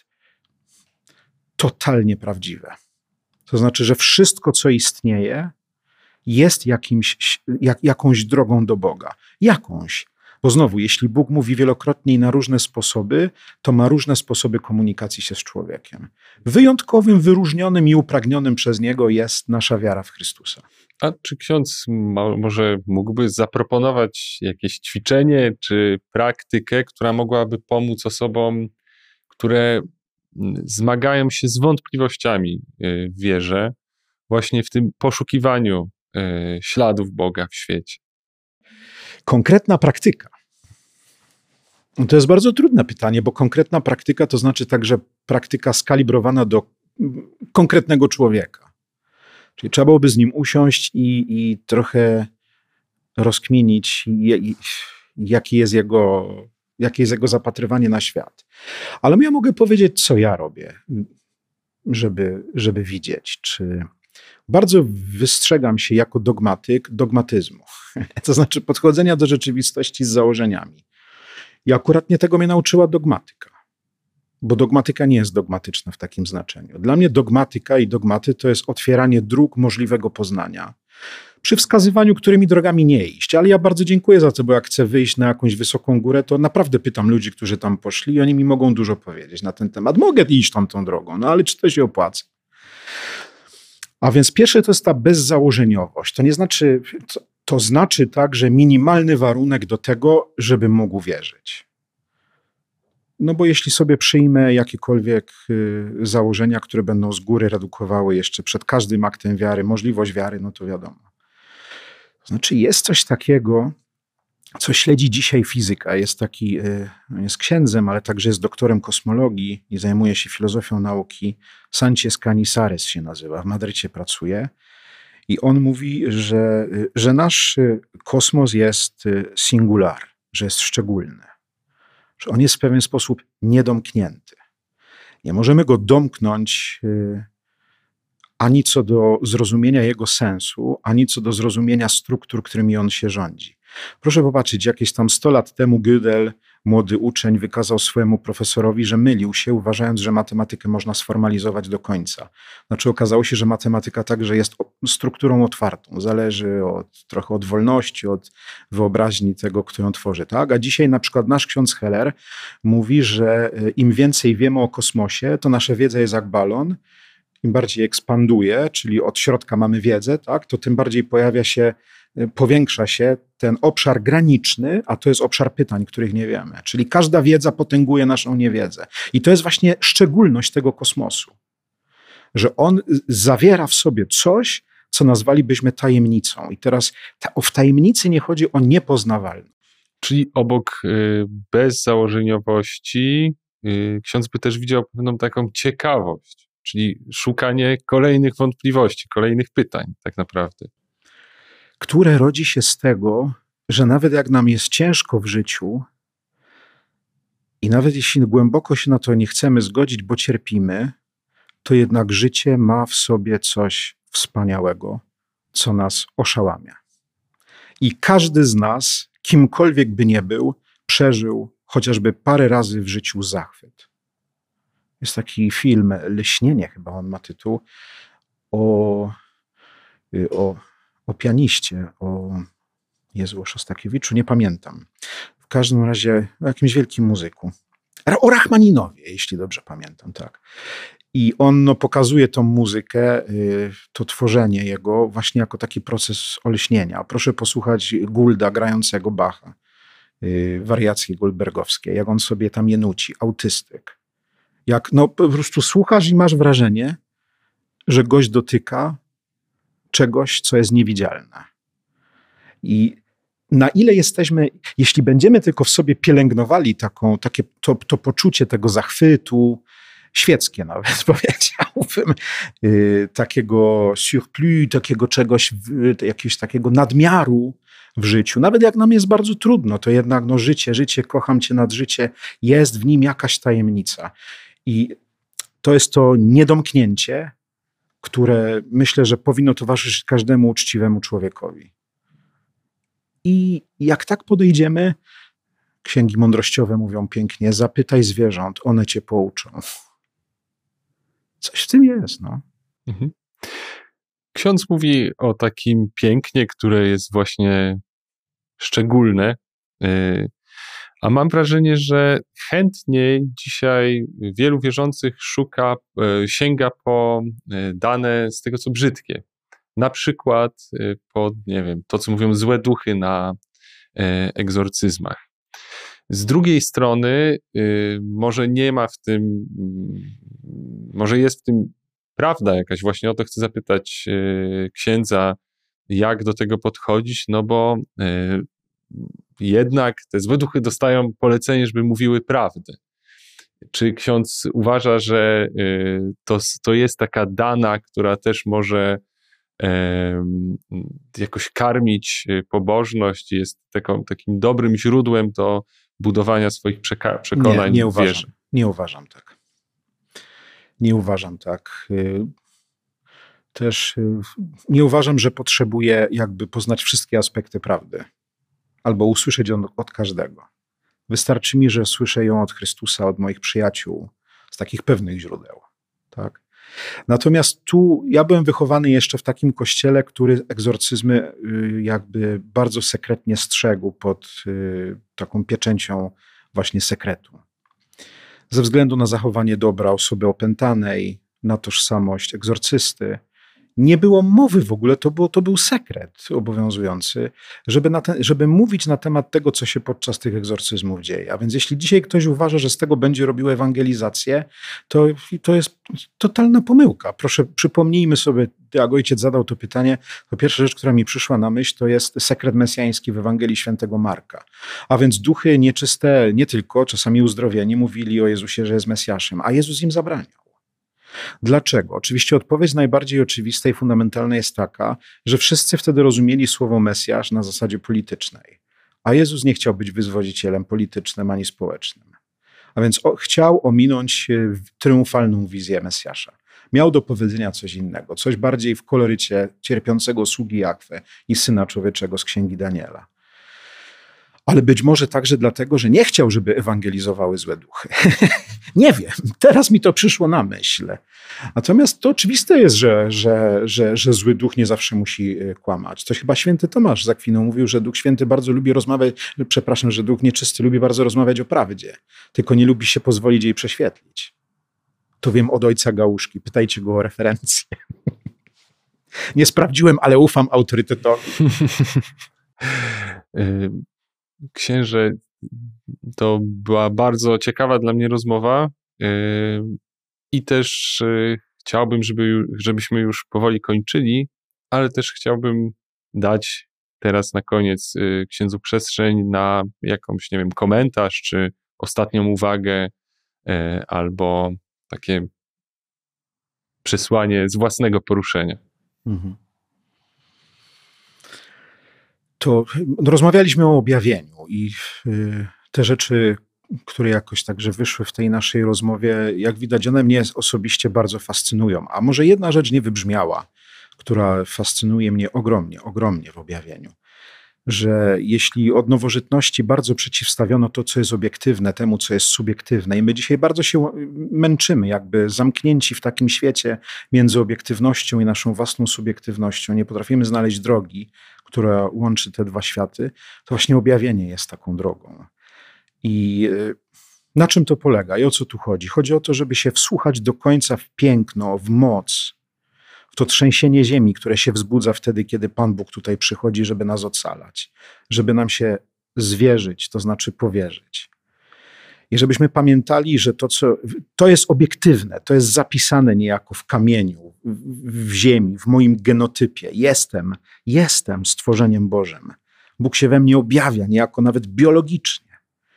totalnie prawdziwe. To znaczy, że wszystko, co istnieje, jest jakimś, jak, jakąś drogą do Boga. Jakąś. Bo znowu, jeśli Bóg mówi wielokrotnie i na różne sposoby, to ma różne sposoby komunikacji się z człowiekiem. Wyjątkowym, wyróżnionym i upragnionym przez Niego jest nasza wiara w Chrystusa. A czy ksiądz ma, może mógłby zaproponować jakieś ćwiczenie czy praktykę, która mogłaby pomóc osobom, które zmagają się z wątpliwościami w wierze, właśnie w tym poszukiwaniu śladów Boga w świecie? Konkretna praktyka. No to jest bardzo trudne pytanie, bo konkretna praktyka to znaczy także praktyka skalibrowana do konkretnego człowieka. Czyli trzeba byłoby z nim usiąść i, i trochę rozkminić, i, jaki jest jego, jakie jest jego zapatrywanie na świat. Ale ja mogę powiedzieć, co ja robię, żeby, żeby widzieć, czy bardzo wystrzegam się jako dogmatyk dogmatyzmu. To znaczy podchodzenia do rzeczywistości z założeniami. I akurat nie tego mnie nauczyła dogmatyka, bo dogmatyka nie jest dogmatyczna w takim znaczeniu. Dla mnie dogmatyka i dogmaty to jest otwieranie dróg możliwego poznania, przy wskazywaniu, którymi drogami nie iść. Ale ja bardzo dziękuję za to, bo jak chcę wyjść na jakąś wysoką górę, to naprawdę pytam ludzi, którzy tam poszli i oni mi mogą dużo powiedzieć na ten temat. Mogę iść tam tą drogą, no ale czy to się opłaca? A więc pierwsze to jest ta bezzałożeniowość. To nie znaczy, to, to znaczy także minimalny warunek do tego, żebym mógł wierzyć. No bo jeśli sobie przyjmę jakiekolwiek y, założenia, które będą z góry redukowały jeszcze przed każdym aktem wiary możliwość wiary, no to wiadomo. To znaczy jest coś takiego, co śledzi dzisiaj fizyka. Jest taki, y, jest księdzem, ale także jest doktorem kosmologii i zajmuje się filozofią nauki. Sánchez Canizares się nazywa, w Madrycie pracuje. I on mówi, że, y, że nasz kosmos jest y, singular, że jest szczególny. Że on jest w pewien sposób niedomknięty. Nie możemy go domknąć y, ani co do zrozumienia jego sensu, ani co do zrozumienia struktur, którymi on się rządzi. Proszę popatrzeć, jakieś tam sto lat temu Gödel, młody uczeń, wykazał swojemu profesorowi, że mylił się, uważając, że matematykę można sformalizować do końca. Znaczy okazało się, że matematyka także jest strukturą otwartą. Zależy od, trochę od wolności, od wyobraźni tego, kto ją tworzy. Tak? A dzisiaj na przykład nasz ksiądz Heller mówi, że im więcej wiemy o kosmosie, to nasza wiedza jest jak balon. Im bardziej ekspanduje, czyli od środka mamy wiedzę, tak, to tym bardziej pojawia się, powiększa się ten obszar graniczny, a to jest obszar pytań, których nie wiemy. Czyli każda wiedza potęguje naszą niewiedzę. I to jest właśnie szczególność tego kosmosu, że on zawiera w sobie coś, co nazwalibyśmy tajemnicą. I teraz ta, w tajemnicy nie chodzi o niepoznawalność. Czyli obok y, bezzałożeniowości y, ksiądz by też widział pewną taką ciekawość, czyli szukanie kolejnych wątpliwości, kolejnych pytań tak naprawdę. Które rodzi się z tego, że nawet jak nam jest ciężko w życiu i nawet jeśli głęboko się na to nie chcemy zgodzić, bo cierpimy, to jednak życie ma w sobie coś wspaniałego, co nas oszałamia. I każdy z nas, kimkolwiek by nie był, przeżył chociażby parę razy w życiu zachwyt. Jest taki film, Lśnienie chyba on ma tytuł, o, o, o pianiście, o Jezu, o Szostakiewiczu, nie pamiętam. W każdym razie o jakimś wielkim muzyku. O Rachmaninowie, jeśli dobrze pamiętam, tak. I on no, pokazuje tą muzykę, to tworzenie jego właśnie jako taki proces olśnienia. Proszę posłuchać Goulda grającego Bacha, wariacje goldbergowskie, jak on sobie tam je nuci, autystyk. Jak no, po prostu słuchasz i masz wrażenie, że gość dotyka czegoś, co jest niewidzialne. I na ile jesteśmy, jeśli będziemy tylko w sobie pielęgnowali taką, takie, to, to poczucie tego zachwytu, świeckie nawet powiedziałbym, yy, takiego surplus, takiego czegoś, yy, jakiegoś takiego nadmiaru w życiu. Nawet jak nam jest bardzo trudno, to jednak no, życie, życie, kocham cię nad życie, jest w nim jakaś tajemnica. I to jest to niedomknięcie, które myślę, że powinno towarzyszyć każdemu uczciwemu człowiekowi. I jak tak podejdziemy, księgi mądrościowe mówią pięknie, zapytaj zwierząt, one cię pouczą. Coś w tym jest, no. Mhm. Ksiądz mówi o takim pięknie, które jest właśnie szczególne, a mam wrażenie, że chętniej dzisiaj wielu wierzących szuka, sięga po dane z tego, co brzydkie. Na przykład po, nie wiem, to, co mówią złe duchy na egzorcyzmach. Z drugiej strony może nie ma w tym, może jest w tym prawda jakaś, właśnie o to chcę zapytać księdza, jak do tego podchodzić, no bo jednak te złe duchy dostają polecenie, żeby mówiły prawdę. Czy ksiądz uważa, że to, to jest taka dana, która też może e, jakoś karmić pobożność, jest taką, takim dobrym źródłem do budowania swoich przeka- przekonań nie, nie w uważam, wierze? Nie uważam tak. Nie uważam tak. Też nie uważam, że potrzebuję jakby poznać wszystkie aspekty prawdy albo usłyszeć ją od każdego. Wystarczy mi, że słyszę ją od Chrystusa, od moich przyjaciół, z takich pewnych źródeł. Tak? Natomiast tu ja byłem wychowany jeszcze w takim kościele, który egzorcyzmy jakby bardzo sekretnie strzegł pod taką pieczęcią właśnie sekretu. Ze względu na zachowanie dobra osoby opętanej, na tożsamość egzorcysty, nie było mowy w ogóle, to, było, to był sekret obowiązujący, żeby, na ten, żeby mówić na temat tego, co się podczas tych egzorcyzmów dzieje. A więc jeśli dzisiaj ktoś uważa, że z tego będzie robił ewangelizację, to, to jest totalna pomyłka. Proszę, przypomnijmy sobie, jak ojciec zadał to pytanie, to pierwsza rzecz, która mi przyszła na myśl, to jest sekret mesjański w Ewangelii Świętego Marka. A więc duchy nieczyste, nie tylko, czasami uzdrowieni, mówili o Jezusie, że jest Mesjaszem, a Jezus im zabraniał. Dlaczego? Oczywiście odpowiedź najbardziej oczywista i fundamentalna jest taka, że wszyscy wtedy rozumieli słowo Mesjasz na zasadzie politycznej, a Jezus nie chciał być wyzwodzicielem politycznym ani społecznym. A więc o, chciał ominąć triumfalną wizję Mesjasza. Miał do powiedzenia coś innego, coś bardziej w kolorycie cierpiącego sługi Jahwe i Syna Człowieczego z Księgi Daniela. Ale być może także dlatego, że nie chciał, żeby ewangelizowały złe duchy. Nie wiem, teraz mi to przyszło na myśl. Natomiast to oczywiste jest, że, że, że, że zły duch nie zawsze musi kłamać. To chyba święty Tomasz z Akwiną mówił, że Duch Święty bardzo lubi rozmawiać, przepraszam, że duch nieczysty lubi bardzo rozmawiać o prawdzie, tylko nie lubi się pozwolić jej prześwietlić. To wiem od ojca Gałuszki, pytajcie go o referencję. Nie sprawdziłem, ale ufam autorytetowi. Księże, to była bardzo ciekawa dla mnie rozmowa yy, i też yy, chciałbym, żeby, żebyśmy już powoli kończyli, ale też chciałbym dać teraz na koniec yy, księdzu przestrzeń na jakąś, nie wiem, komentarz, czy ostatnią uwagę, yy, albo takie przesłanie z własnego poruszenia. Mhm. To rozmawialiśmy o objawieniu i te rzeczy, które jakoś także wyszły w tej naszej rozmowie, jak widać, one mnie osobiście bardzo fascynują. A może jedna rzecz nie wybrzmiała, która fascynuje mnie ogromnie, ogromnie w objawieniu. Że jeśli od nowożytności bardzo przeciwstawiono to, co jest obiektywne, temu, co jest subiektywne, i my dzisiaj bardzo się męczymy, jakby zamknięci w takim świecie między obiektywnością i naszą własną subiektywnością, nie potrafimy znaleźć drogi, która łączy te dwa światy, to właśnie objawienie jest taką drogą. I na czym to polega i o co tu chodzi? Chodzi o to, żeby się wsłuchać do końca w piękno, w moc, w to trzęsienie ziemi, które się wzbudza wtedy, kiedy Pan Bóg tutaj przychodzi, żeby nas ocalać, żeby nam się zwierzyć, to znaczy powierzyć. I żebyśmy pamiętali, że to, co, to jest obiektywne, to jest zapisane niejako w kamieniu, w, w ziemi, w moim genotypie. Jestem, jestem stworzeniem Bożym. Bóg się we mnie objawia, niejako nawet biologicznie.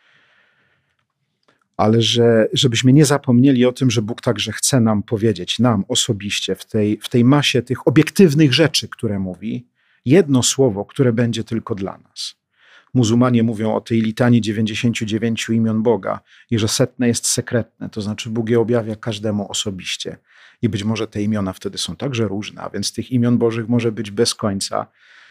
Ale że, żebyśmy nie zapomnieli o tym, że Bóg także chce nam powiedzieć, nam osobiście, w tej, w tej masie tych obiektywnych rzeczy, które mówi, jedno słowo, które będzie tylko dla nas. Muzułmanie mówią o tej litanii dziewięćdziesięciu dziewięciu imion Boga i że setne jest sekretne, to znaczy Bóg je objawia każdemu osobiście. I być może te imiona wtedy są także różne, a więc tych imion Bożych może być bez końca.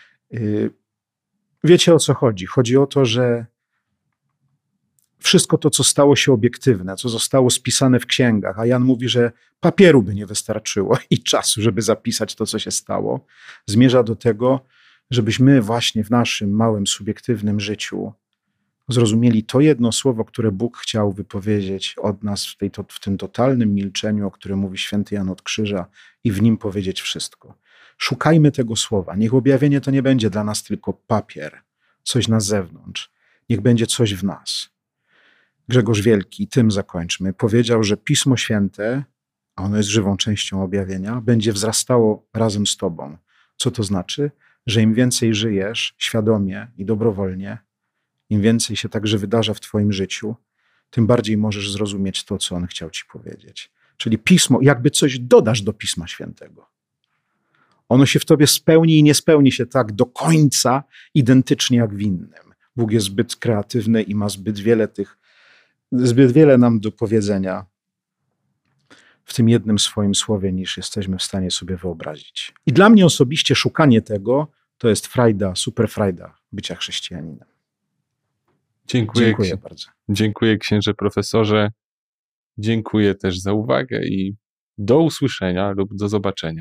Wiecie, o co chodzi? Chodzi o to, że wszystko to, co stało się obiektywne, co zostało spisane w księgach, a Jan mówi, że papieru by nie wystarczyło i czasu, żeby zapisać to, co się stało, zmierza do tego, żebyśmy właśnie w naszym małym, subiektywnym życiu zrozumieli to jedno słowo, które Bóg chciał wypowiedzieć od nas w, tej, w tym totalnym milczeniu, o którym mówi święty Jan od Krzyża, i w nim powiedzieć wszystko. Szukajmy tego słowa. Niech objawienie to nie będzie dla nas tylko papier, coś na zewnątrz. Niech będzie coś w nas. Grzegorz Wielki, tym zakończmy, powiedział, że Pismo Święte, a ono jest żywą częścią objawienia, będzie wzrastało razem z tobą. Co to znaczy? Że im więcej żyjesz świadomie i dobrowolnie, im więcej się także wydarza w twoim życiu, tym bardziej możesz zrozumieć to, co on chciał ci powiedzieć. Czyli Pismo, jakby coś dodasz do Pisma Świętego. Ono się w tobie spełni i nie spełni się tak do końca identycznie jak w innym. Bóg jest zbyt kreatywny i ma zbyt wiele tych, zbyt wiele nam do powiedzenia w tym jednym swoim słowie, niż jesteśmy w stanie sobie wyobrazić. I dla mnie osobiście szukanie tego to jest frajda, super frajda bycia chrześcijaninem. Dziękuję, Dziękuję ksi- bardzo. Dziękuję księże profesorze. Dziękuję też za uwagę i do usłyszenia lub do zobaczenia.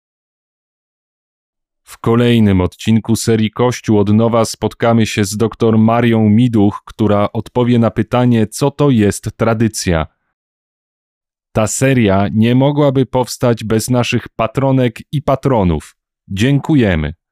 W kolejnym odcinku serii Kościół od nowa spotkamy się z dr Marią Miduch, która odpowie na pytanie, co to jest tradycja. Ta seria nie mogłaby powstać bez naszych patronek i patronów. Dziękujemy.